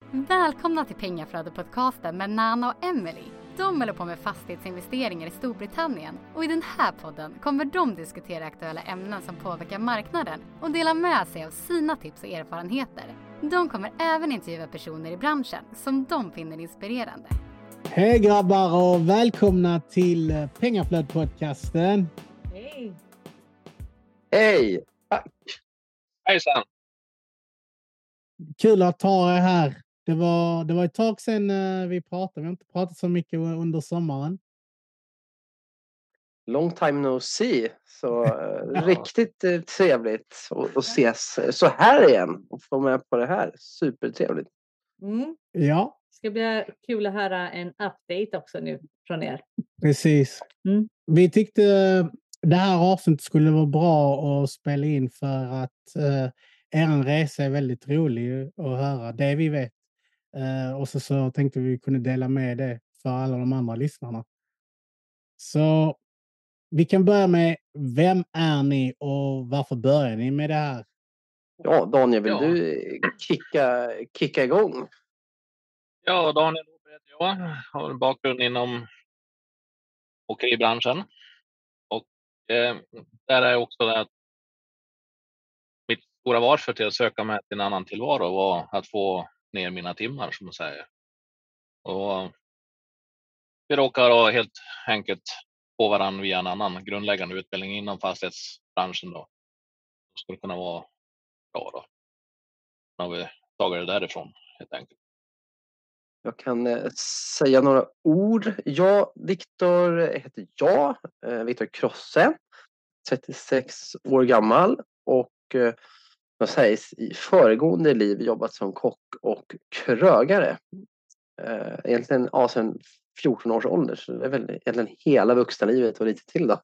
Välkomna till Pengaflödet-podcasten med Nana och Emily. De håller på med fastighetsinvesteringar i Storbritannien och i den här podden kommer de diskutera aktuella ämnen som påverkar marknaden och dela med sig av sina tips och erfarenheter. De kommer även intervjua personer i branschen som de finner inspirerande. Hej grabbar och välkomna till Pengaflödet-podcasten. Hej! Hej! Tack! Hejsan! Kul att ha er här. Det var ett tag sedan vi pratade. Vi har inte pratat så mycket under sommaren. Long time no see. Så riktigt trevligt att ses så här igen och få med på det här. Supertrevligt. Ja. Det ska bli kul att höra en update också nu från er. Precis. Vi tyckte det här avsnittet skulle vara bra att spela in för att er resa är väldigt rolig att höra. Det vi vet. Och så tänkte vi kunna dela med det för alla de andra lyssnarna. Så vi kan börja med, vem är ni och varför börjar ni med det här? Ja, Daniel, vill du kicka igång? Ja, Daniel heter jag. Har en bakgrund inom åkeribranschen. Och där är också det att mitt stora varsel till att söka mig till en annan tillvaro var att få ner mina timmar, som man säger. Och vi råkar helt enkelt på varandra via en annan grundläggande utbildning inom fastighetsbranschen då. Det skulle kunna vara bra då. Nu har vi tagit det därifrån helt enkelt. Jag kan säga några ord. Victor heter jag. Victor Krosse. 36 år gammal. Och vad sägs, i föregående liv jobbat som kock och krögare. Egentligen sedan 14 års ålder. Så det är väl egentligen hela vuxna livet och lite till då.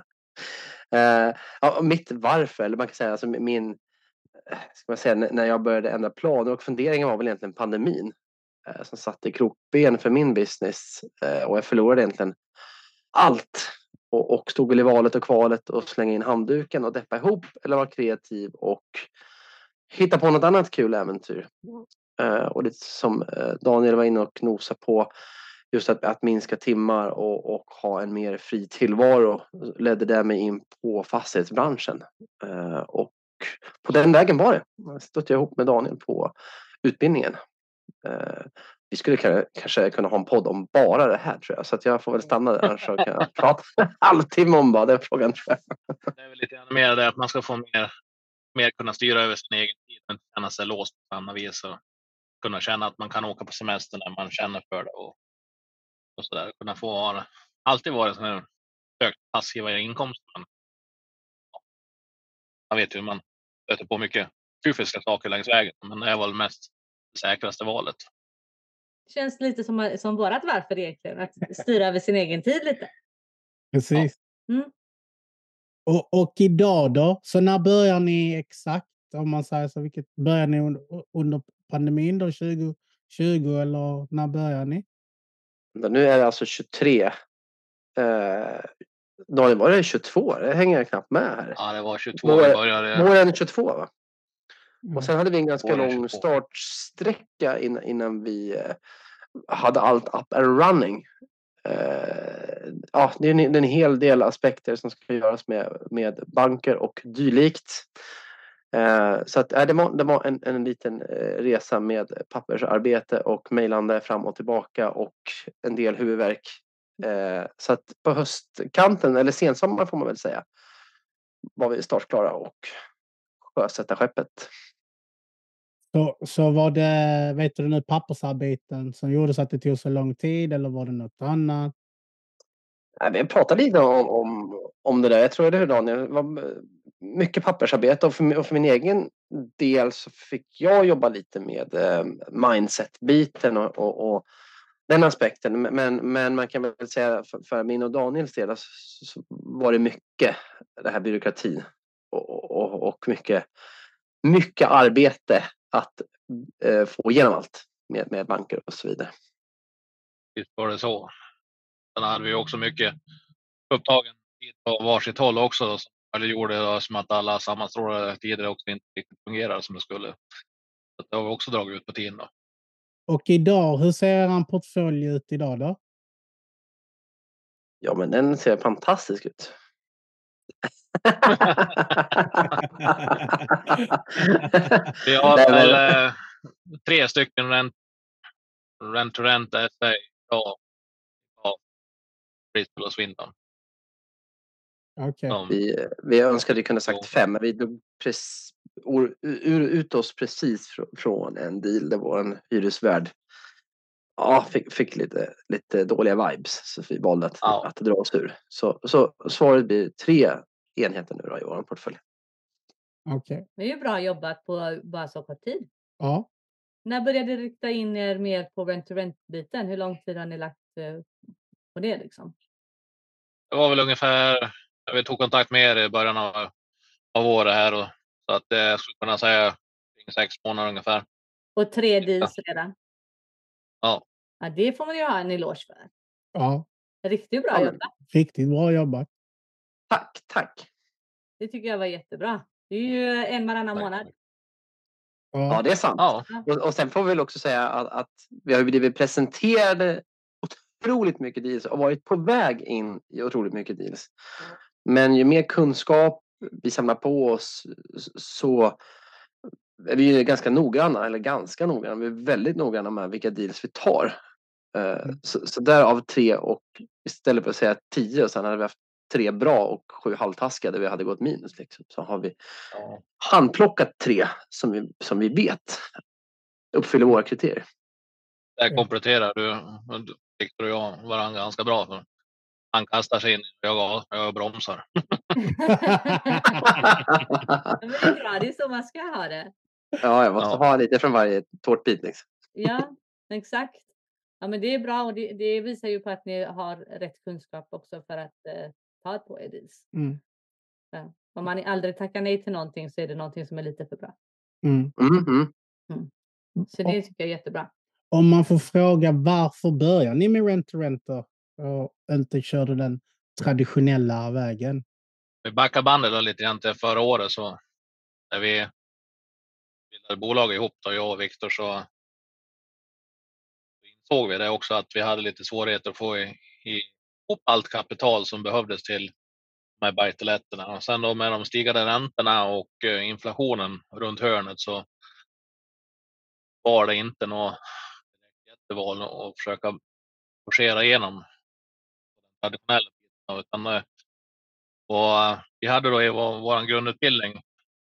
Mitt varför, eller man kan säga alltså ska man säga, när jag började ändra planer och funderingar var väl egentligen pandemin som satte krokben för min business, och jag förlorade egentligen allt och stod väl i valet och kvalet och slänga in handduken och deppa ihop eller vara kreativ och hitta på något annat kul äventyr. Och lite som Daniel var inne och nosa på, just att minska timmar och ha en mer fri tillvaro ledde det mig in på fastighetsbranschen. Och på den vägen var det. Jag stötte ihop med Daniel på utbildningen. Vi skulle kanske kunna ha en podd om bara det här, tror jag. Så att jag får väl stanna där, så kan jag prata en halvtimme om bara den frågan, tror jag. Det är väl lite mer det att man ska få mer kunna styra över sin egen tid, men inte känna sig låst på samma vis och kunna känna att man kan åka på semester när man känner för det och så där. Kunna få alltid vara sån här högt passiva inkomster. Man vet ju, man stöter på mycket kufiska saker längs vägen, men det är väl mest det säkraste valet. Det känns lite som vårat varför egentligen, att styra över sin egen tid lite. Precis. Ja. Mm. Och idag då? Så när börjar ni exakt? Om man säger så, vilket börjar ni under pandemin då, 2020, eller när börjar ni? Nu är det alltså 23. Daniel, var det 22? Det hänger jag knappt med här. Ja, det var 22 vi började. Våren 22, va? Mm. Och sen hade vi en ganska lång startsträcka innan vi hade allt up and running. Det är en hel del aspekter som ska göras med banker och dylikt. Så att det var en liten resa med pappersarbete och mejlande fram och tillbaka och en del huvudvärk. Så att på höstkanten, eller sensommar får man väl säga, var vi startklara och sjösätta skeppet. Så var det, vet du nu, pappersarbeten som gjorde så att det tog så lång tid, eller var det något annat? Nej, vi pratade lite om det där. Jag tror det, Daniel. Det var mycket pappersarbete och för min egen del så fick jag jobba lite med mindset-biten och den aspekten. Men man kan väl säga för min och Daniels del så var det mycket det här byråkrati och mycket arbete att få igenom allt med banker och så vidare. Visst var det så. Sen hade vi också mycket upptagen tid på varsitt håll också. Eller gjorde det som att alla sammanstrålade tider också inte riktigt fungerade som det skulle. Så det har vi också dragit ut på tiden då. Och idag, hur ser er portfölj ut idag då? Ja, men den ser fantastisk ut. Vi har Nej, väl men- 3 stycken rent-to-rent SA. Ja, Bristol och Swindon. Okej. Vi önskade vi kunde sagt Jo. 5, men vi drog ut oss precis från en deal där vår hyresvärd fick lite dåliga vibes, så vi valde att dra oss ur. Så svaret blir 3 enheter nu då i vår portfölj. Okej. Det är ju bra jobbat på bara så kort tid. Ja. När började du rikta in er mer på rent-to-rent-biten? Hur lång tid har ni lagt på det liksom? Det var väl ungefär, vi tog kontakt med er i början av året här. Och, så att jag skulle kunna säga 6 månader ungefär. Och 3 deals redan? Ja. Ja, det får man ju ha en eloge för. Ja. Riktigt bra Ja, men- jobbat. Riktigt bra jobbat. Tack. Det tycker jag var jättebra. Det är ju en varannan Tack. månad. Ja, det är sant. Ja. Och sen får vi väl också säga att vi har blivit presenterade otroligt mycket deals och varit på väg in i otroligt mycket deals. Men ju mer kunskap vi samlar på oss, så är vi ju ganska noggranna. Vi är väldigt noggranna med vilka deals vi tar. Så därav 3, och istället för att säga 10, och sen hade vi haft 3 bra och 7 halvtaskiga där vi hade gått minus. Liksom. Så har vi handplockat 3 som vi vet uppfyller våra kriterier. Där kompletterar Victor och jag varandra ganska bra. För han kastar sig in och jag bromsar. Men det är bra, det är så man ska ha det. Ja, jag måste ha lite från varje tårtbit. Liksom. Ja, exakt. Ja, men det är bra och det visar ju på att ni har rätt kunskap också för att ta på er deals. Mm. Ja. Om man aldrig tackar nej till någonting så är det någonting som är lite för bra. Mm. Så det tycker jag är jättebra. Om man får fråga, varför börjar ni med rent-to-renter och inte körde den traditionella vägen? Vi backar bandet då lite grann till förra året, så när vi bildade bolag ihop då, jag och Victor, så insåg vi det också att vi hade lite svårigheter att få ihop allt kapital som behövdes till de här buy-to-letterna. Och sen då med de stigande räntorna och inflationen runt hörnet, så var det inte något jätteval att försöka forcera igenom den traditionella biten, utan och vi hade då i vår grundutbildning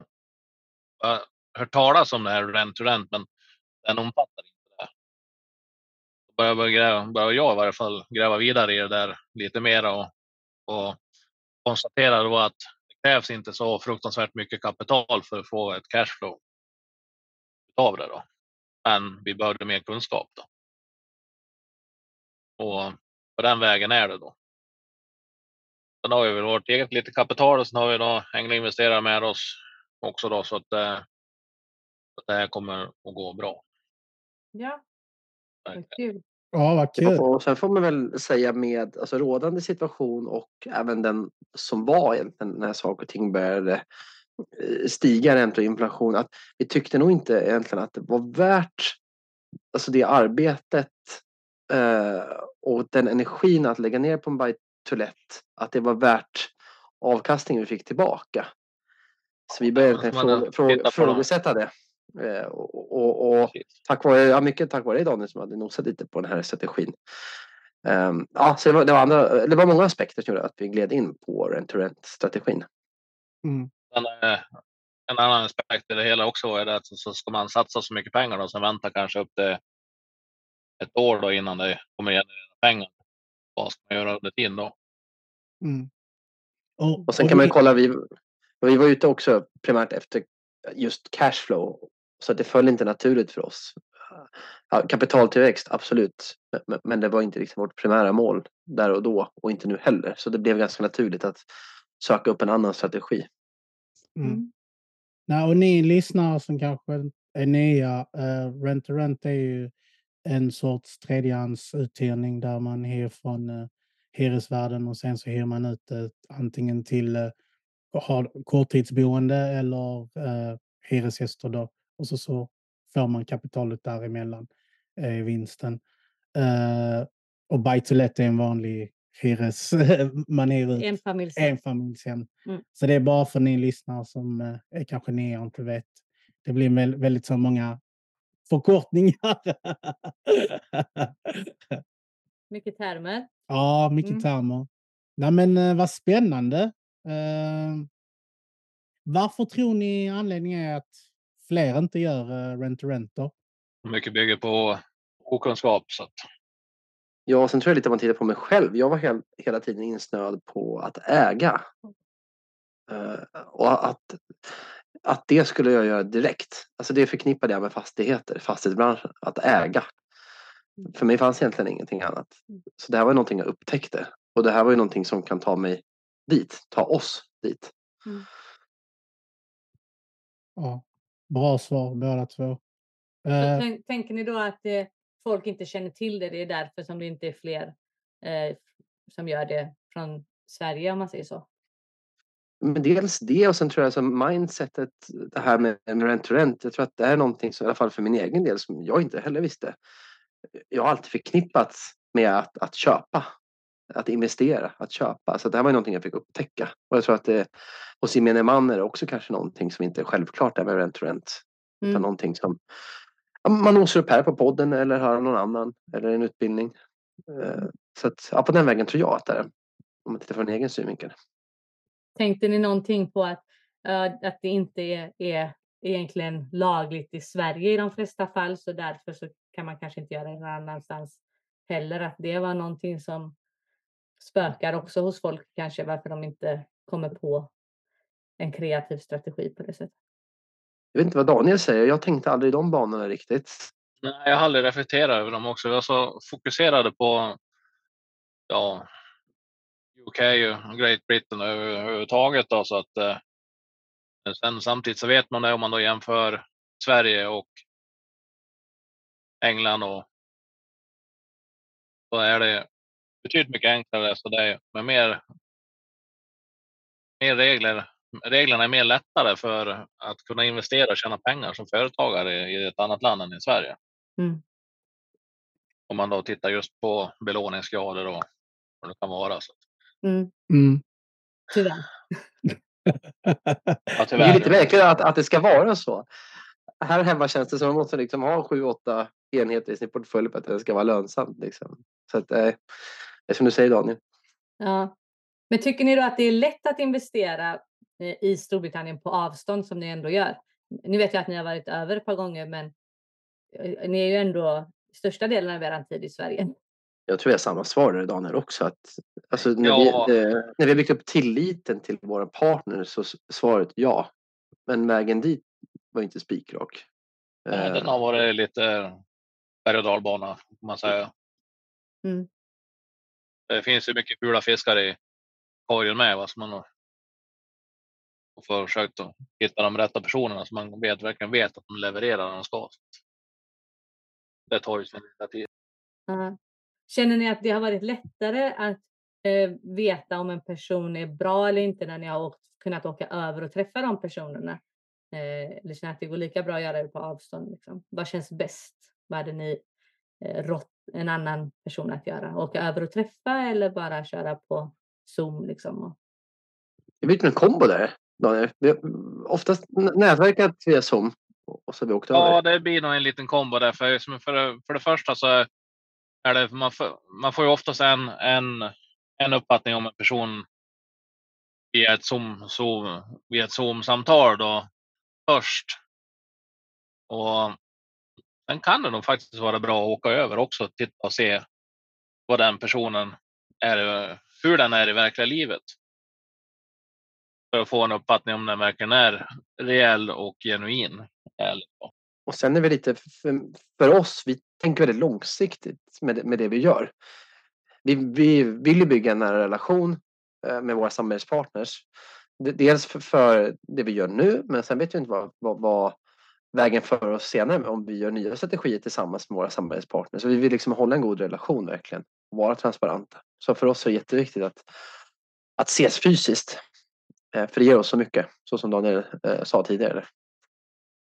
hört talas om det här rent-to-rent, men den omfattar inte det. Då började jag i varje fall gräva vidare i det där lite mer och konstatera då att det krävs inte så fruktansvärt mycket kapital för att få ett cashflow av det då. Men vi behövde mer kunskap då. Och på den vägen är det då. Sen har vi väl vårt eget lite kapital, och sen har vi då ängelinvesterare med oss också då, så att det här kommer att gå bra. Ja, vad kul. Ja, vad kul. Och sen får man väl säga med rådande situation och även den som var egentligen när saker och ting började stiga, ränta och inflation, att vi tyckte nog inte egentligen att det var värt det arbetet och den energin att lägga ner på en buy-to-let, att det var värt avkastningen vi fick tillbaka. Så vi började frågesätta det. Och mycket tack vare dig, Daniel, som hade nosat lite på den här strategin. Så det var många aspekter som gjorde att vi gled in på rent-to-rent-strategin. Mm. En annan aspekt i det hela också är att så ska man satsa så mycket pengar och sen vänta kanske upp till ett år då innan det kommer generera pengar. Vad ska man göra under tiden då? Mm. Och sen kan man ju kolla, vi var ute också primärt efter just cashflow, så att det föll inte naturligt för oss. Kapitaltillväxt, absolut, men det var inte riktigt vårt primära mål där och då, och inte nu heller. Så det blev ganska naturligt att söka upp en annan strategi. Nej, och ni lyssnare som kanske är nya, rent-to-rent är ju en sorts tredjehandsuthyrning där man hyr från hyresvärden och sen så hyr man ut antingen till korttidsboende eller hyresgäster då, och så får man kapitalet däremellan. är vinsten. Och buy to let är en vanlig man är ut enfamiljshem. Så det är bara för ni lyssnare som är kanske ni och inte vet. Det blir väldigt så många förkortningar. Mycket termer. Ja, mycket termer. Nej, men vad spännande. Varför tror ni anledningen är att fler inte gör rent-to-renter? Mycket bygger på okunskap. Så att... Ja, sen tror jag lite om man tittar på mig själv. Jag var hela tiden insnöad på att äga. Och att det skulle jag göra direkt. Alltså det förknippade jag med fastighetsbranschen, att äga. För mig fanns egentligen ingenting annat. Så det här var någonting jag upptäckte. Och det här var ju någonting som kan ta mig dit, ta oss dit. Ja, bra svar båda två. Tänker ni då att folk inte känner till det? Det är därför som det inte är fler som gör det från Sverige, om man säger så. Men dels det, och sen tror jag som mindsetet, det här med rent-to-rent, jag tror att det är någonting som i alla fall för min egen del som jag inte heller visste. Jag har alltid förknippats med att köpa, att investera, att köpa. Så det här var någonting jag fick upptäcka. Och jag tror att det hos gemene man är det också kanske någonting som inte är självklart där med rent-to-rent. Utan någonting som man nosar upp här på podden eller hör någon annan eller en utbildning. Så att, ja, på den vägen tror jag att det är, om man tittar från en egen synvinkel. Tänkte ni någonting på att det inte är egentligen lagligt i Sverige i de flesta fall, så därför så kan man kanske inte göra det någon annanstans heller, att det var någonting som spökar också hos folk kanske, varför de inte kommer på en kreativ strategi på det sättet? Jag vet inte vad Daniel säger, jag tänkte aldrig i de banorna riktigt. Nej, jag har aldrig reflekterat över dem också. Jag var så fokuserade på UK och Great Britain överhuvudtaget då, så att sen samtidigt så vet man det om man då jämför Sverige och England, och då är det betydligt mycket enklare, så det är med mer regler. Reglerna är mer lättare för att kunna investera och tjäna pengar som företagare i ett annat land än i Sverige. Om man då tittar just på belåningsgrader och vad det kan vara. Så. Tyvärr. Ja, tyvärr. Det är lite märkligt att det ska vara så. Här hemma känns det som att man måste liksom ha 7-8 enheter i sin portfölj för att det ska vara lönsamt. Liksom. Så att, det är som du säger, Daniel. Ja. Men tycker ni då att det är lätt att investera i Storbritannien på avstånd som ni ändå gör? Nu vet jag att ni har varit över ett par gånger, men ni är ju ändå största delen av er tid i Sverige. Jag tror jag har samma svar där, Daniel, också. Att, alltså, när vi har byggt upp tilliten till våra partner så svaret ja. Men vägen dit var inte spikrak. Den har varit lite berg- och dalbana, kan man säga. Det finns ju mycket fula fiskar i korgen med, vad som man har försökt att hitta de rätta personerna så man verkligen vet att de levererar när de ska. Det tar ju sin tid. Känner ni att det har varit lättare att veta om en person är bra eller inte när ni har kunnat åka över och träffa de personerna? Eller känner att det går lika bra att göra det på avstånd? Liksom? Vad känns bäst? Vad hade ni rått en annan person att göra? Åka över och träffa eller bara köra på Zoom? Liksom? Det blir en kombo där, Daniel. Vi har oftast nätverkat via Zoom. Och så vi åkt över. Ja, det blir nog en liten kombo där. För det första så är det, man får ju oftast en uppfattning om en person via ett Zoom-samtal då först. Och sen kan det nog faktiskt vara bra att åka över också och titta och se vad den personen är, hur den är i verkliga livet. För att få en uppfattning om den verkligen är reell och genuin. Och sen är vi lite, för oss, vi tänker väldigt långsiktigt med det vi gör. Vi vill ju bygga en nära relation med våra samarbetspartners. Dels för det vi gör nu, men sen vet vi inte vad vägen för oss senare om vi gör nya strategier tillsammans med våra samarbetspartners. Så vi vill liksom hålla en god relation verkligen, vara transparenta. Så för oss är det jätteviktigt att ses fysiskt. För det ger oss så mycket, så som Daniel sa tidigare.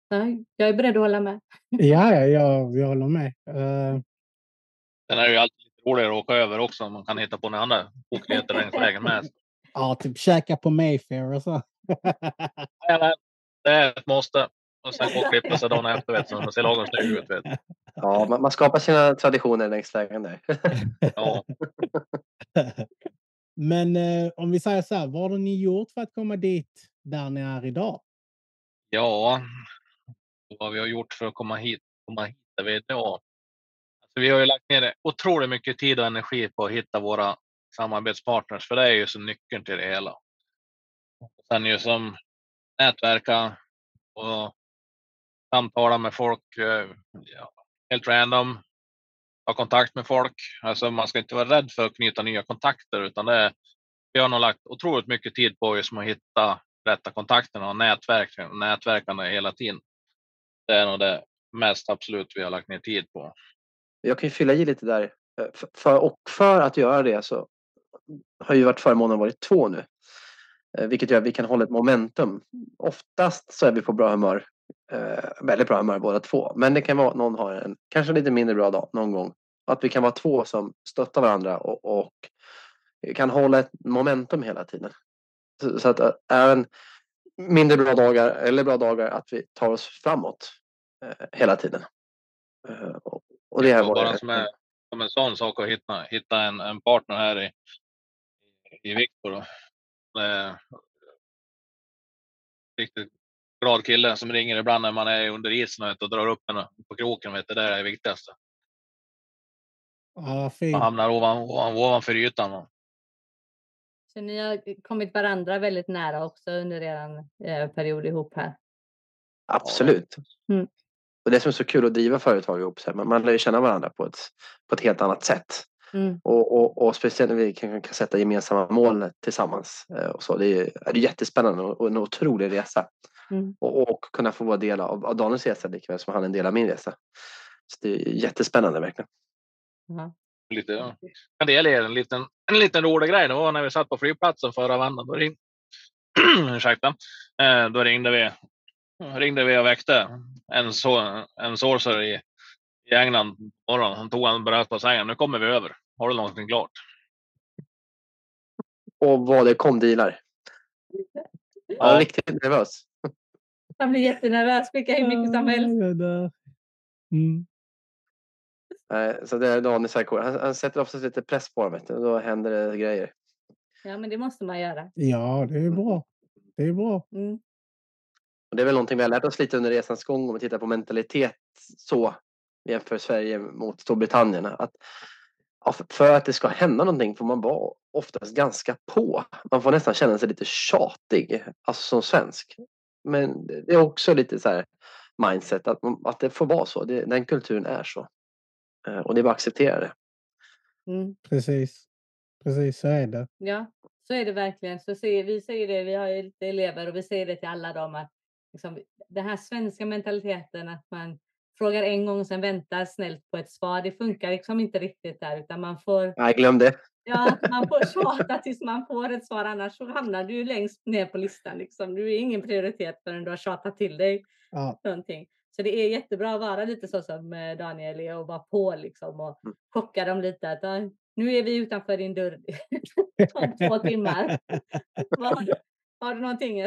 Jag är beredd att hålla med. Ja, jag håller med. Sen är det ju alltid lite roligare att åka över också om man kan hitta på några andra tokigheter längs vägen med. Ja, typ käka på Mayfair och så. Nej, det är ett måste. Och sen gå och klippa sig dagen efter, vet du, så man ser lagom snygg ut, vet du. Ja, man skapar sina traditioner längs vägen där. Ja. Men om vi säger så här, vad har ni gjort för att komma dit där ni är idag? Ja, vad vi har gjort för att komma hit där vi är idag. Alltså, vi har ju lagt ner otroligt mycket tid och energi på att hitta våra samarbetspartners, för det är ju som nyckeln till det hela. Sen ju som nätverka och samtala med folk, helt random, ha kontakt med folk. Alltså man ska inte vara rädd för att knyta nya kontakter, utan vi har nog lagt otroligt mycket tid på just att hitta rätta kontakterna och nätverkande hela tiden. Det är nog det mest absolut vi har lagt ner tid på. Jag kan ju fylla i lite där. För att göra det så har ju varit förmånen varit 2 nu. Vilket gör att vi kan hålla ett momentum. Oftast så är vi på bra humör. Väldigt bra humör båda 2. Men det kan vara att någon har en kanske lite mindre bra dag någon gång. Att vi kan vara 2 som stöttar varandra och kan hålla ett momentum hela tiden. Så att även mindre bra dagar eller bra dagar, att vi tar oss framåt hela tiden. Och det är bara som en sån sak att hitta en partner här i Viktor. Riktigt glad kille som ringer ibland när man är under isen och drar upp en på kroken. Vet du, det är det viktigaste. Ja, fint. Man hamnar ovanför ytan. Så ni har kommit varandra väldigt nära också under er period ihop här? Absolut. Mm. Och det som är så kul att driva företag ihop, så man lär ju känna varandra på ett helt annat sätt. Mm. Och speciellt när vi kan sätta gemensamma mål tillsammans. Och så. Det är jättespännande och en otrolig resa. Mm. Och kunna få vara del av Daniels resa likväl som han är en del av min resa. Så det är jättespännande verkligen. Ja. Det är en liten rolig grej. Det var när vi satt på flygplatsen förra vändan. Då ringde vi och väckte en sourcer i England. Han tog en bröt på sängen. Nu kommer vi över. Har du någonting klart? Och vad det kom dealar. Jag är riktigt nervös. Han blir jättenervös. Skicka hur mycket som helst. Mm. Så det är Daniel Sarko. Han sätter oftast lite press på dem. Då händer det grejer. Ja, men det måste man göra. Ja, det är bra. Det är bra. Mm. Och det är väl någonting vi har lärt oss lite under resans gång om vi tittar på mentalitet så jämför Sverige mot Storbritannien. Att för att det ska hända någonting får man vara oftast ganska på. Man får nästan känna sig lite tjatig, alltså som svensk. Men det är också lite så här mindset att det får vara så. Den kulturen är så. Och det är bara att acceptera det. Mm. Precis, så är det. Ja, så är det verkligen. Vi säger det, vi har ju lite elever och vi säger det till alla dem att liksom, den här svenska mentaliteten att man frågar en gång och sen väntar snällt på ett svar, det funkar liksom inte riktigt där, utan man får... Nej, glöm det. Ja, man får tjata tills man får ett svar, annars så hamnar du längst ner på listan. Liksom. Du är ingen prioritet förrän du har tjatat till dig någonting. Så det är jättebra att vara lite så som Daniel är och vara på liksom, och chocka dem lite. Att, nu är vi utanför din dörr om 2 timmar. Har du någonting?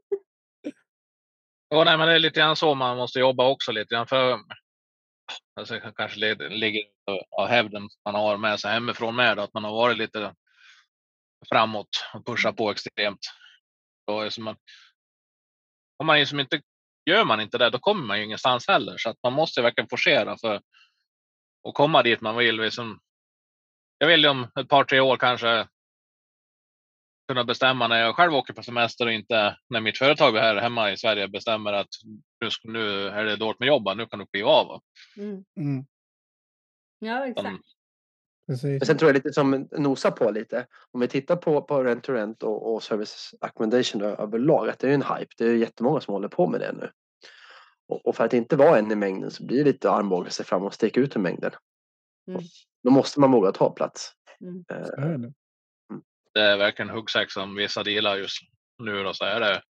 Nej, men det är lite grann så man måste jobba också lite grann för alltså, kanske ligger av hävden man har med sig hemifrån med att man har varit lite framåt och pushat på extremt. Då är som om man liksom inte gör man inte det, då kommer man ju ingenstans heller, så att man måste verkligen forcera för att komma dit man vill. Jag vill om ett par 3 år kanske kunna bestämma när jag själv åker på semester och inte när mitt företag här hemma i Sverige bestämmer att nu är det dåligt med jobba, nu kan du kliva av. Mm. Ja, exakt. Precis. Men sen tror jag lite som nosa på lite. Om vi tittar på rent to rent och service accommodation överlag, att det är en hype. Det är jättemånga som håller på med det nu. Och för att inte vara en i mängden så blir det lite armbåga sig fram och sticka ut i mängden. Då måste man våga ta plats. Det är verkligen huggsex som vissa delar just nu. Då, så är det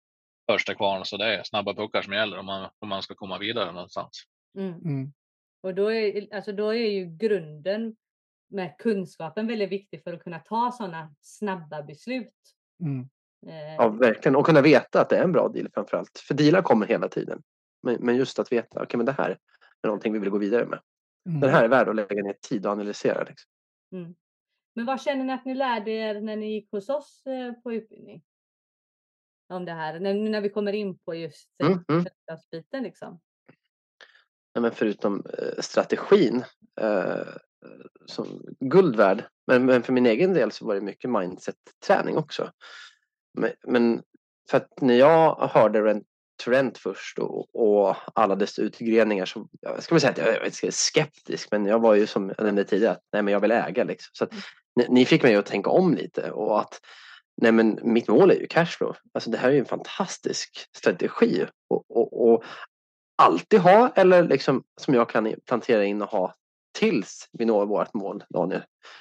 första kvarn, så det är snabba puckar som gäller om man ska komma vidare någonstans. Och då är ju grunden med kunskapen väldigt viktig för att kunna ta sådana snabba beslut. Ja, verkligen. Och kunna veta att det är en bra deal framförallt. För dealar kommer hela tiden. Men just att veta, okej, men det här är någonting vi vill gå vidare med. Den här är värd att lägga ner tid och analysera. Liksom. Men vad känner ni att ni lärde er när ni gick hos oss på utbildning? Om det här, när vi kommer in på just biten liksom. Ja, men förutom strategin som guld värd. Men för min egen del så var det mycket mindset-träning också. Men för att när jag hörde Rent to Rent först och alla dess utgreningar, så ska man säga att jag är skeptisk, men jag var ju som jag nämnde tidigare att nej, men jag vill äga liksom. Så att ni fick mig att tänka om lite och att nej, men mitt mål är ju cashflow. Alltså det här är ju en fantastisk strategi och alltid ha, eller liksom som jag kan plantera in och ha tills vi når vårt mål, Daniel.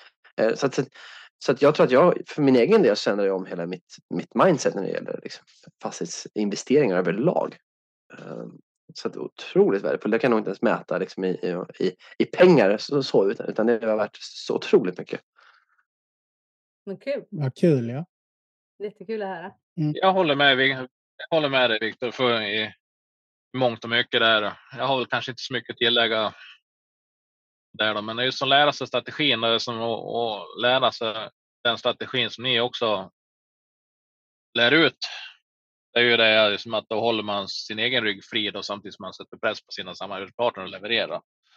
Så att jag tror att jag för min egen del känner jag om hela mitt mindset när det gäller liksom fastighetsinvesteringar överlag. Så att det är otroligt värdefullt. Det kan nog inte ens mäta liksom i pengar så utan det har varit så otroligt mycket. Men kul. Vad kul, ja. Jättekul att höra. Jag håller med dig, Viktor, för i mångt och mycket där. Jag har väl kanske inte så mycket att tillägga där då, men det är ju som lära sig strategin, det är som att lära sig den strategin som ni också lär ut. Det är ju det liksom att då håller man sin egen rygg fri och samtidigt som man sätter press på sina samarbetspartner och levererar.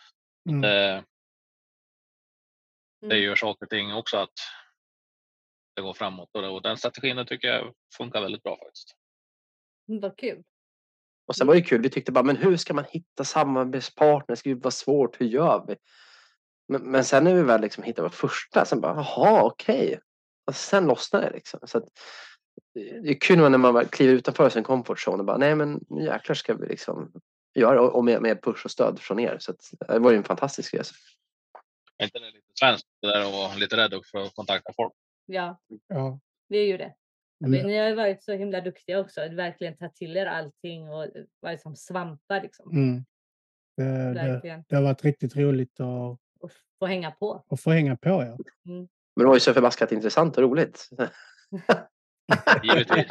Det gör saker och ting också att det går framåt, och den strategin tycker jag funkar väldigt bra faktiskt. Vad kul. Och sen var det kul, vi tyckte bara, men hur ska man hitta samarbetspartner? Det ska ju vara svårt, hur gör vi? Men sen när vi väl liksom hittade vår första, sen bara, jaha, okej. Och sen lossnade det liksom. Så att, det är kul när man bara kliver utanför sin comfort zone och bara, nej men jäklar ska vi liksom göra, och med push och stöd från er. Så att, det var ju en fantastisk resa. Är inte det lite svenskt det där, och lite rädd för att kontakta folk? Ja, det är ju det. Ni har ju varit så himla duktiga också. Att verkligen ta till er allting och varit som svampar liksom. Det har varit riktigt roligt att få hänga på. Och få hänga på, ja. Men det var ju så förbaskat intressant och roligt. Givetvis.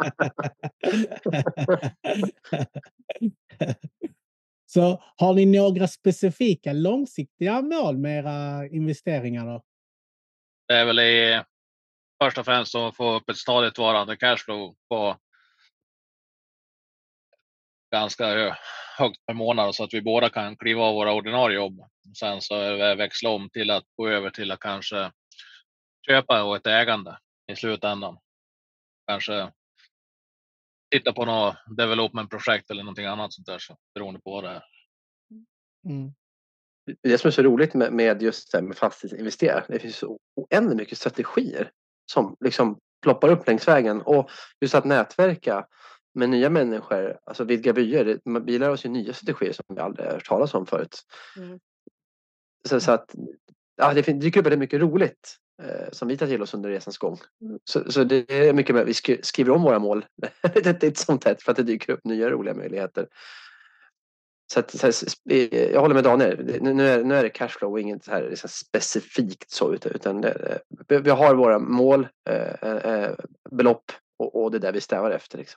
Så har ni några specifika långsiktiga mål med era investeringar då? Det är väl först och främst att få upp ett stadigt varande cashflow på ganska högt per månad, så att vi båda kan kliva av våra ordinarie jobb. Sen så växla om till att gå över till att kanske köpa och ett ägande i slutändan. Kanske titta på något development-projekt eller någonting annat sånt där, så beroende på vad det är. Det som är så roligt med just det här med fastighetsinvesterare, det finns så oändligt mycket strategier som liksom ploppar upp längs vägen, och just att nätverka med nya människor, alltså vidga vyer, vi lär oss ju nya strategier som vi aldrig har hört talas om förut. Så att ja, det dyker upp väldigt mycket roligt som vi tar till oss under resans gång. Så det är mycket med vi skriver om våra mål det är inte som tätt för att det dyker upp nya roliga möjligheter. Så jag håller med Daniel. Nu är det cashflow och inget så här liksom specifikt så, utan vi har våra mål, belopp och det är där vi strävar efter liksom.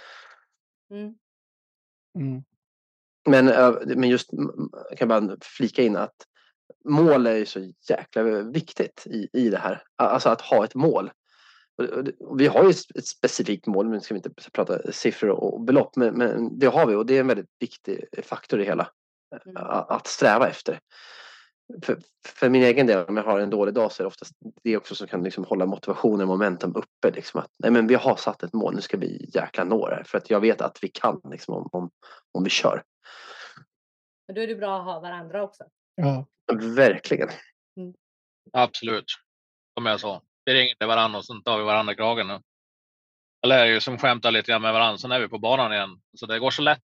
Men just jag kan bara flika in att mål är ju så jäkla viktigt i det här. Alltså att ha ett mål. Vi har ju ett specifikt mål, men ska vi inte prata siffror och belopp, men det har vi, och det är en väldigt viktig faktor i hela att sträva efter. För min egen del, om jag har en dålig dag, så är det oftast det också som kan liksom hålla motivationen och momentum uppe liksom, att nej, men vi har satt ett mål, nu ska vi jäkla nå det, för att jag vet att vi kan liksom, om vi kör. Men då är det bra att ha varandra också. Ja, verkligen. Absolut. Som jag sa, det ringer till varandra och så tar vi varandra i kragen. Jag lär ju som skämtar lite grann med varandra, så är vi på banan igen. Så det går så lätt.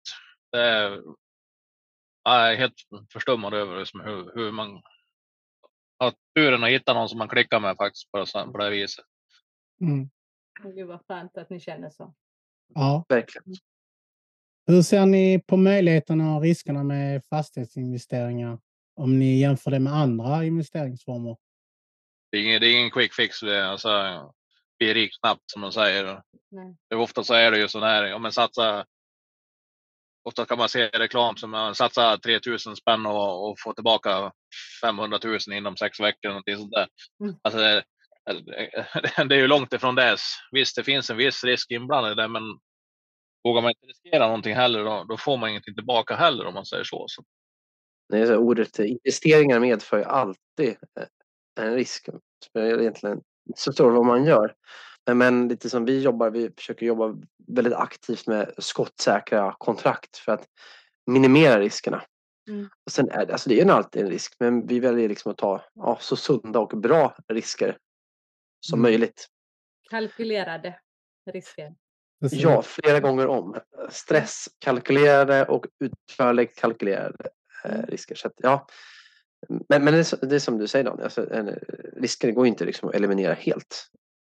Jag är helt förstummad över liksom hur man har turen att hitta någon som man klickar med faktiskt på det viset. Gud vad skönt att ni känner så. Ja. Verkligen. Hur ser ni på möjligheterna och riskerna med fastighetsinvesteringar om ni jämför det med andra investeringsformer? Det är ingen quick fix. Alltså, bli rik snabbt som man säger. Nej. Ofta så är det ju sån här, om man satsar, ofta kan man se reklam som man satsar 3000 spänn och får tillbaka 500 000 inom 6 veckor. Någonting sånt där. Alltså, det är ju långt ifrån det. Visst, det finns en viss risk inblandad där, men vågar man inte riskera någonting heller, då får man ingenting tillbaka heller, om man säger så. Nej, så ordet investeringar medför ju alltid en risk. Det spelar egentligen inte så stor vad man gör. Men lite som vi försöker jobba väldigt aktivt med skottsäkra kontrakt för att minimera riskerna. Och sen är det, alltså det är ju alltid en risk, men vi väljer liksom att ta så sunda och bra risker som möjligt. Kalkylerade risker. Ja, flera gånger om. Stresskalkylerade och utförligt kalkylerade risker. Så att, ja. Men det är som du säger, Daniel. Alltså, risker går inte liksom att eliminera helt.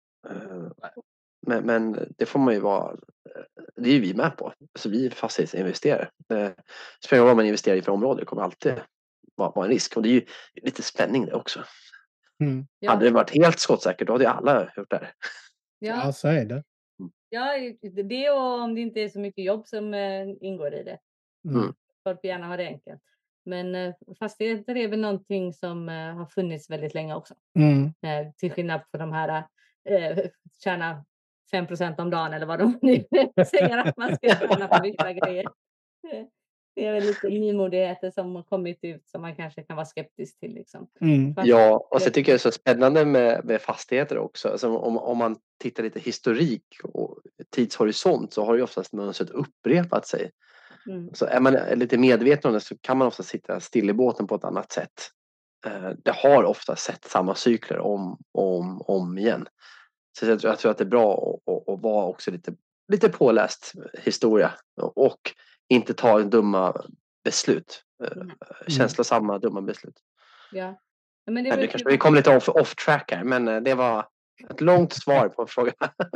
Men det får man ju vara. Det är ju vi med på. Alltså, vi är fastighetsinvesterare. Spelar vad man investerar i för område, det kommer alltid vara en risk. Och det är ju lite spänning det också. Ja. Hade det varit helt skottsäkert, då hade ju alla gjort det. Ja, så är det. Ja, det och om det inte är så mycket jobb som ingår i det. Folk vill gärna ha det enkelt. Men fastigheter är väl någonting som har funnits väldigt länge också. Till skillnad från de här tjäna 5% om dagen eller vad de nu säger att man ska tjäna på vissa grejer. Det är väl lite nymodigheter som har kommit ut som man kanske kan vara skeptisk till. Liksom. Ja, och så tycker jag det är så spännande med fastigheter också. Alltså om man tittar lite historik och tidshorisont, så har ju oftast mönstret upprepat sig. Så är man lite medveten om det, så kan man ofta sitta still i båten på ett annat sätt. Det har ofta sett samma cykler om igen. Så jag tror att det är bra att vara också lite påläst historia och inte ta dumma beslut. Känslosamma dumma beslut. Ja. Men det kanske vi kom lite off track här, men det var ett långt svar på frågan.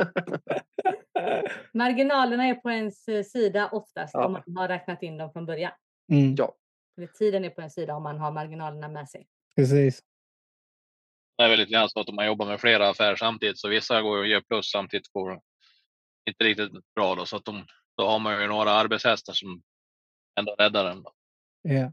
Marginalerna är på ens sida oftast om man har räknat in dem från början. Ja. Tiden är på en sida om man har marginalerna med sig. Precis. Det är väldigt grann så att om man jobbar med flera affärer samtidigt, så vissa går och ger plus, samtidigt går inte riktigt bra då, så att då har man ju några arbetshästar som ändå räddar den. Ja.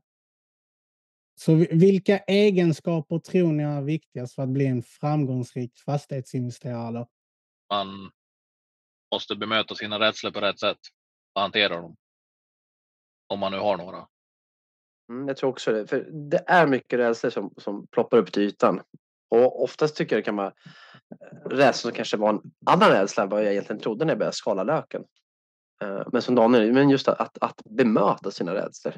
Så vilka egenskaper tror ni är viktigast för att bli en framgångsrik fastighetsinvesterare? Man måste bemöta sina rädslor på rätt sätt och hantera dem. Om man nu har några. Jag tror också det. För det är mycket rädslor som ploppar upp till ytan. Och oftast tycker jag det kan vara rädslor som kanske var en annan rädsla än vad jag egentligen trodde när jag började skala löken. Men som Daniel, men just att bemöta sina rädslor.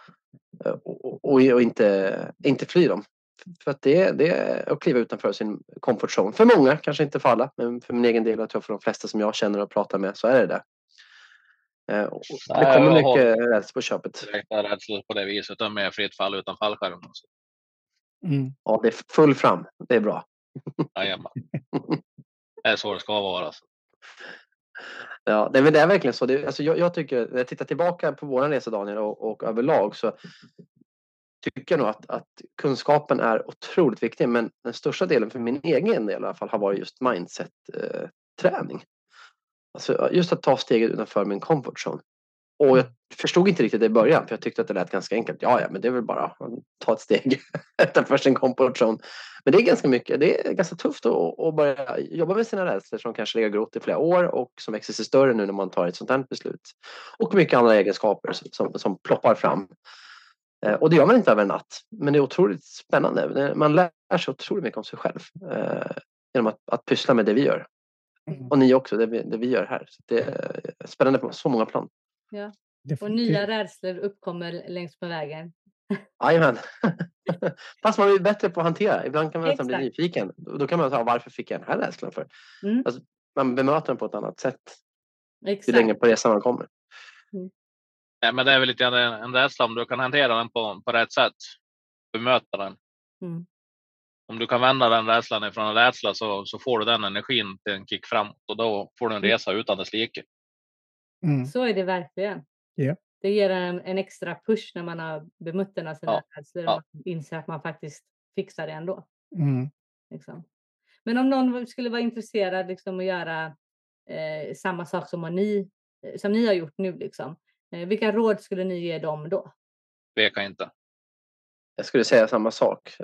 Och inte fly dem. För att det är att kliva utanför sin comfort zone. För många, kanske inte för alla. Men för min egen del, jag tror för de flesta som jag känner och pratar med, så är det det. Det kommer mycket rädsla på köpet. Rädsla på det viset, utan med fritt fall utan fallskärm. Ja, det är full fram. Det är bra. Jajamän. Det är så det ska vara. Alltså. Ja, det är verkligen så. Alltså jag tycker, när jag tittar tillbaka på våran resa, Daniel, och överlag, så tycker jag nog att kunskapen är otroligt viktig. Men den största delen för min egen del i alla fall har varit just mindset-träning. Alltså just att ta steget utanför min comfort zone. Och jag förstod inte riktigt det i början, för jag tyckte att det lät ganska enkelt. Ja, men det är väl bara att ta ett steg utanför sin comfort zone. Men det är ganska mycket. Det är ganska tufft att börja jobba med sina rädslor som kanske ligger grott i flera år och som växer sig större nu när man tar ett sånt här beslut. Och mycket andra egenskaper som ploppar fram. Och det gör man inte över en natt. Men det är otroligt spännande. Man lär sig otroligt mycket om sig själv genom att pyssla med det vi gör. Och ni också, det vi gör här. Så det är spännande på så många plan. Ja. Och nya rädslor uppkommer längs med vägen. Jajamän. Fast man är bättre på att hantera. Ibland kan man nästan bli nyfiken. Då kan man säga, varför fick jag den här rädslan för? Alltså, man bemöter den på ett annat sätt. Exakt. Hur länge på resan man kommer. Ja, men det är väl lite en rädsla om du kan hantera den på rätt sätt. Bemöta den. Om du kan vända den rädslan ifrån en rädsla, så får du den energin till en kick framåt. Och då får du en resa utan dess like. Så är det verkligen. Ja. Det ger en extra push när man har bemött den av sina rädslor. Ja. Man inser att man faktiskt fixar det ändå. Mm. Liksom. Men om någon skulle vara intresserad liksom, att göra samma sak som ni har gjort nu. Liksom. Vilka råd skulle ni ge dem då? Tveka inte. Jag skulle säga samma sak.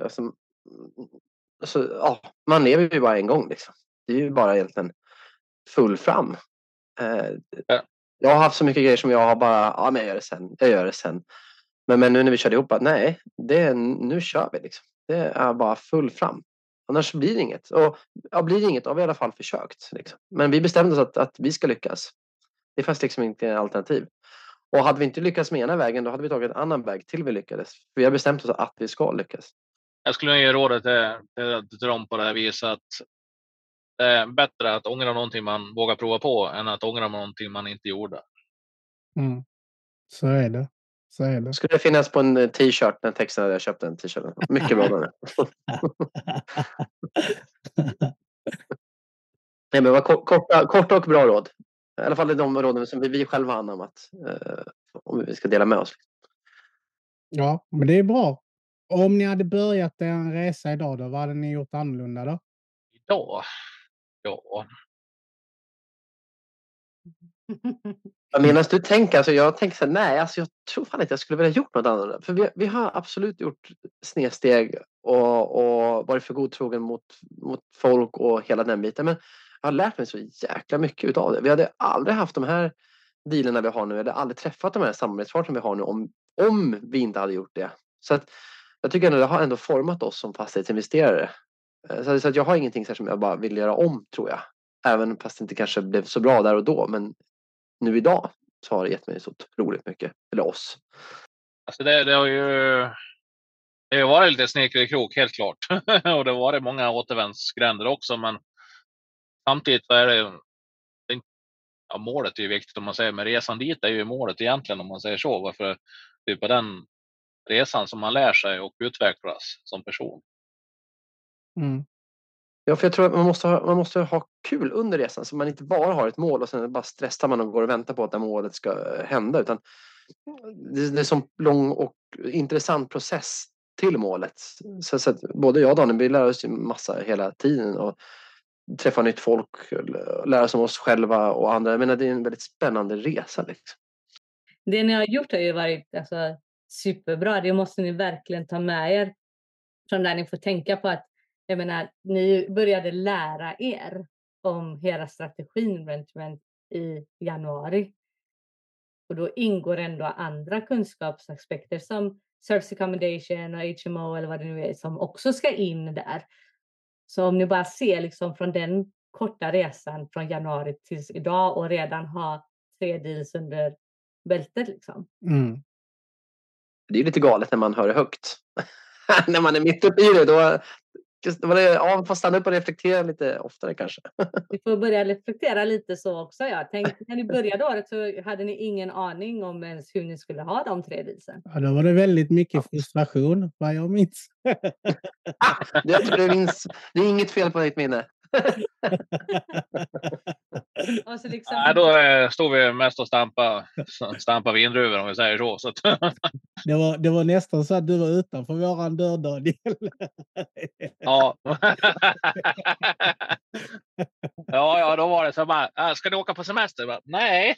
Man lever ju bara en gång. Liksom. Det är ju bara egentligen full fram. Jag har haft så mycket grejer som jag har bara, men jag gör det sen. Men nu när vi körde ihop, nej, nu kör vi liksom. Det är bara full fram. Annars blir det inget. Och blir det inget har vi i alla fall försökt. Liksom. Men vi bestämde oss att vi ska lyckas. Det fanns liksom inte alternativ. Och hade vi inte lyckats med ena vägen, då hade vi tagit en annan väg till vi lyckades. För vi har bestämt oss att vi ska lyckas. Jag skulle ge rådet till dem på det här viset att det är bättre att ångra någonting man vågar prova på än att ångra någonting man inte gjorde. Så är det. Skulle det finnas på en t-shirt när texten hade jag köpt en t-shirt. Mycket bra med det. Nej, men korta och bra råd. I alla fall de råden som vi själva har anammat. Om vi ska dela med oss. Ja, men det är bra. Om ni hade börjat en resa idag då, vad hade ni gjort annorlunda då? Idag? Ja. Medan du tänker, alltså jag tänker så här, nej, alltså jag tror fan inte jag skulle vilja gjort något annorlunda. För vi har absolut gjort snedsteg och varit för godtrogen mot folk och hela den biten. Men jag har lärt mig så jäkla mycket utav det. Vi hade aldrig haft de här dealerna vi har nu. Vi hade aldrig träffat de här samarbetspartnerna vi har nu om vi inte hade gjort det. Så att jag tycker ändå det har ändå format oss som fastighetsinvesterare. Så att jag har ingenting så här som jag bara vill göra om, tror jag. Även fast det inte kanske blev så bra där och då. Men nu idag så har det gett mig så otroligt mycket. Eller oss. Alltså det har varit lite sneker i krok, helt klart. Och det har varit många återvändsgränder också. Men samtidigt så är det målet är ju viktigt om man säger. Men resan dit är ju målet egentligen, om man säger så. Varför det är på den resan som man lär sig och utvecklas som person. Ja, för jag tror att man måste ha kul under resan. Så man inte bara har ett mål och sen bara stressar man och går och väntar på att det målet ska hända. Utan det är en sån lång och intressant process till målet. Så att både jag och Daniel, vi lär oss massa hela tiden. Och träffa nytt folk, lära oss om oss själva och andra. Jag menar, det är en väldigt spännande resa. Liksom. Det ni har gjort har ju varit superbra. Det måste ni verkligen ta med er. Från där ni får tänka på att jag menar, ni började lära er om hela strategin i januari. Och då ingår ändå andra kunskapsaspekter som service accommodation och HMO eller vad det nu är som också ska in där. Så om ni bara ser liksom från den korta resan från januari tills idag och redan har 3 deals under bältet liksom. Det är lite galet när man hör det högt. När man är mitt uppe i det, då var det, får stanna upp och reflektera lite oftare kanske. Vi får börja reflektera lite så också. Jag tänkte, när ni började året så hade ni ingen aning om ens hur ni skulle ha de 3 dealsen. Ja, då var det väldigt mycket frustration, vad jag minns. Jag tror du minns. Det är inget fel på ditt minne. Alltså liksom... Nej, då stod vi mest och stampa vindruvor, om vi säger så. Så att... det var nästan så att du var utanför våran dörr, Daniel. Ja. Ja, då var det så bara, ska ni åka på semester? Bara, nej.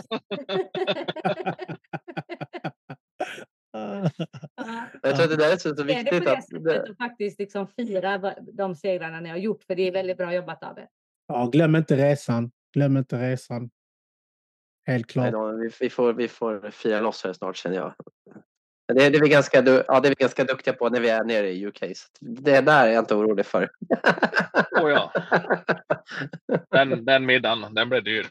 Jag tror att det där är så viktigt. Det är på det sättet att faktiskt liksom fira de segrarna ni har gjort, för det är väldigt bra jobbat av er. Ja, glöm inte resan. Helt klart. Nej, vi får fira loss här snart, känner jag. Det är vi ganska duktiga på när vi är nere i UK. Så det där är jag inte orolig för. Ja. Den middagen, den blev dyr.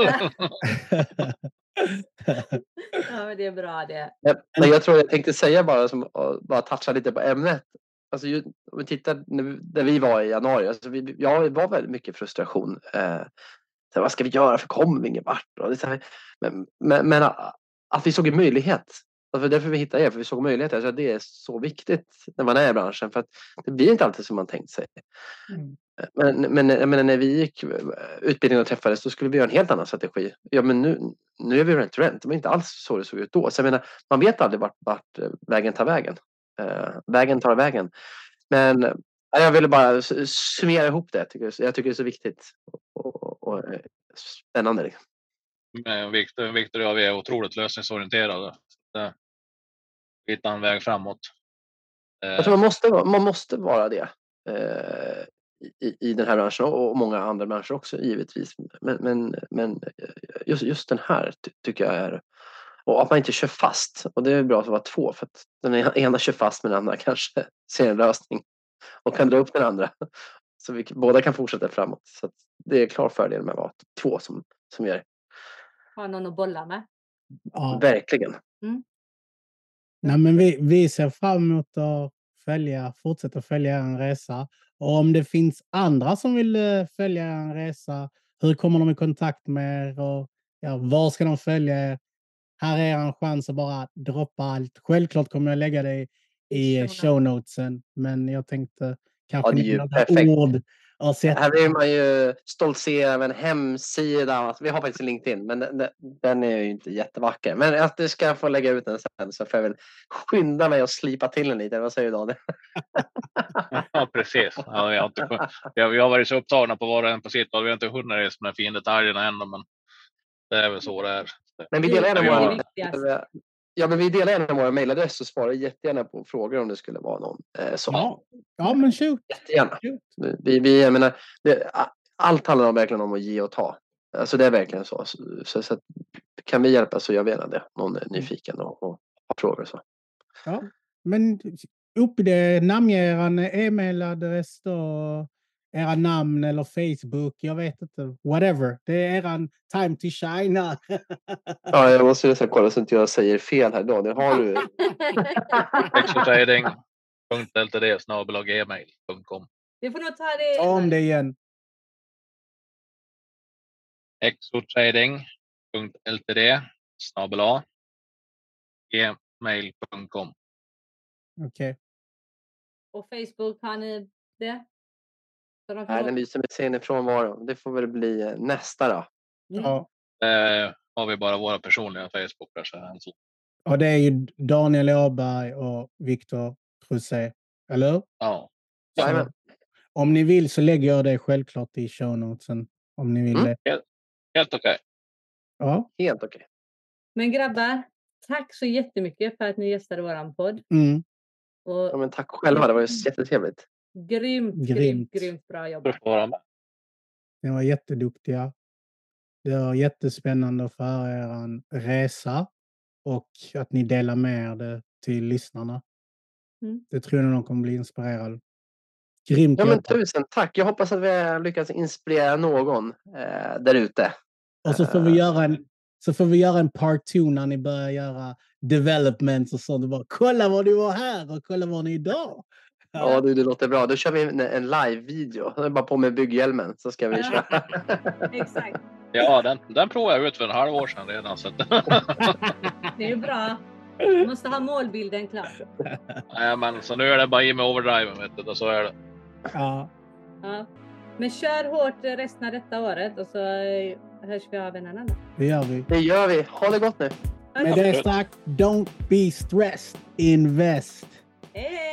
Ja, men det är bra det. Men jag tror jag tänkte säga bara toucha lite på ämnet. Alltså, om vi tittar där vi var i januari. Alltså, jag var väldigt mycket frustration. Så vad ska vi göra, för kommer vi ingen vart? Men att vi såg en möjlighet. Alltså därför vi hittade er, för vi såg möjligheter. Alltså det är så viktigt när man är i branschen. För att det blir inte alltid som man tänkt sig. Men jag menar, när vi gick utbildningen och träffades, då skulle vi göra en helt annan strategi. Ja, men nu är vi rent. Det var inte alls så det såg ut då. Så jag menar, man vet aldrig vart vägen tar vägen. Vägen tar vägen. Men jag ville bara summera ihop det. Jag tycker det är så viktigt och spännande. Liksom. Victor och jag är otroligt lösningsorienterade. Hitta en väg framåt. Jag tror man måste vara det i den här branschen och många andra branscher också givetvis. Men just den här tycker jag är, och att man inte kör fast. Och det är bra att vara två, för att den ena kör fast med den andra kanske ser en lösning och kan dra upp den andra. Så vi båda kan fortsätta framåt. Så att det är klar fördel med att vara två som gör. Har någon att bolla med. Ja. Verkligen. Mm. Nej, men vi ser fram emot att fortsätta följa en resa. Och om det finns andra som vill följa en resa, hur kommer de i kontakt med er? Och var ska de följa er? Här är en chans att bara droppa allt. Självklart kommer jag lägga det i show notesen, men jag tänkte kanske det är ju några perfekt. ord. Här vill man ju stoltsera med en hemsida. Alltså, vi har faktiskt en LinkedIn, men den är ju inte jättevacker. Men att du ska få lägga ut den sen, så får jag väl skynda mig och slipa till den lite. Vad säger du, Daniel? Ja, precis. Ja, vi har varit så upptagna på var och en på sitt och vi har inte hunnit resa med de fina detaljerna ännu, men det är väl så det är. Men vi delar gärna våra mejladress och svarar jättegärna på frågor om det skulle vara någon. Ja, men shoot. Jättegärna. Jag menar, allt handlar verkligen om att ge och ta. Alltså det är verkligen så. Så att, kan vi hjälpa så gör vi gärna det. Någon är nyfiken och har frågor. Så. Ja, men upp i det, namnge er e-mailadress då, era namn eller Facebook, jag vet inte, whatever. Det är eran time to shine. Ja, jag måste nästan kolla så att jag säger fel här då. Det har du. exotrading.ltd@gmail.com. Vi får nog ta det. Om det igen. exotrading.ltd@gmail.com. Okej. Och Facebook, har ni det? Nej, den lyser med sin frånvaro. Det får väl bli nästa då. Ja. Har vi bara våra personliga Facebook där, så. Och det är ju Daniel Åberg och Victor Trusé, eller? Ja. Om ni vill så lägger jag det självklart i show notesen. Om ni vill det. Helt okej. Ja. Helt okej. Men grabbar, tack så jättemycket för att ni gästade våran podd. Mm. Ja, men tack själva, det var ju jättetrevligt. Grymt bra jobbat. Ni var jätteduktiga. Det var jättespännande att få höra er resa och att ni delar med er det till lyssnarna. Det tror jag de kommer bli inspirerade. Grymt. Ja, men tusen tack. Jag hoppas att vi har lyckats inspirera någon där ute. Och så får vi göra en part 2 när ni börjar göra development och sånt. Bara, kolla vad du var här och kolla vad ni är idag. Ja, det låter bra. Då kör vi en live-video. Det är bara på med bygghjälmen så ska vi köra. Exakt. Ja, den provade jag ut för en halvår sedan redan. Så. Det är bra. Du måste ha målbilden klar. Nej, men så nu är det bara i med overdriven, vet du, och så är det. Ja. Men kör hårt resten av detta året och så hörs vi av en annan dag. Det gör vi. Det gör vi. Ha det gott nu. Med det sagt, don't be stressed. Invest. Hej!